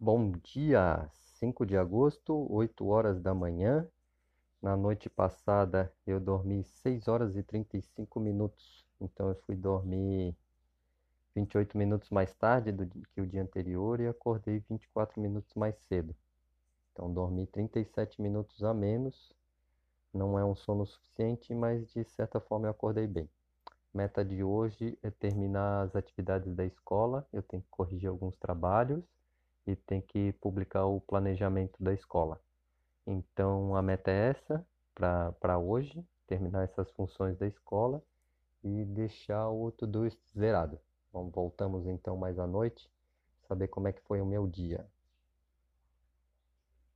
Bom dia, 5 de agosto, 8 horas da manhã. Na noite passada eu dormi 6 horas e 35 minutos. Então eu fui dormir 28 minutos mais tarde que o dia anterior e acordei 24 minutos mais cedo. Então dormi 37 minutos a menos. Não é um sono suficiente, mas de certa forma eu acordei bem. Meta de hoje é terminar as atividades da escola. Eu tenho que corrigir alguns trabalhos e tenho que publicar o planejamento da escola. Então a meta é essa para hoje, terminar essas funções da escola e deixar o Todoist zerado. Bom, voltamos então mais à noite, saber como é que foi o meu dia.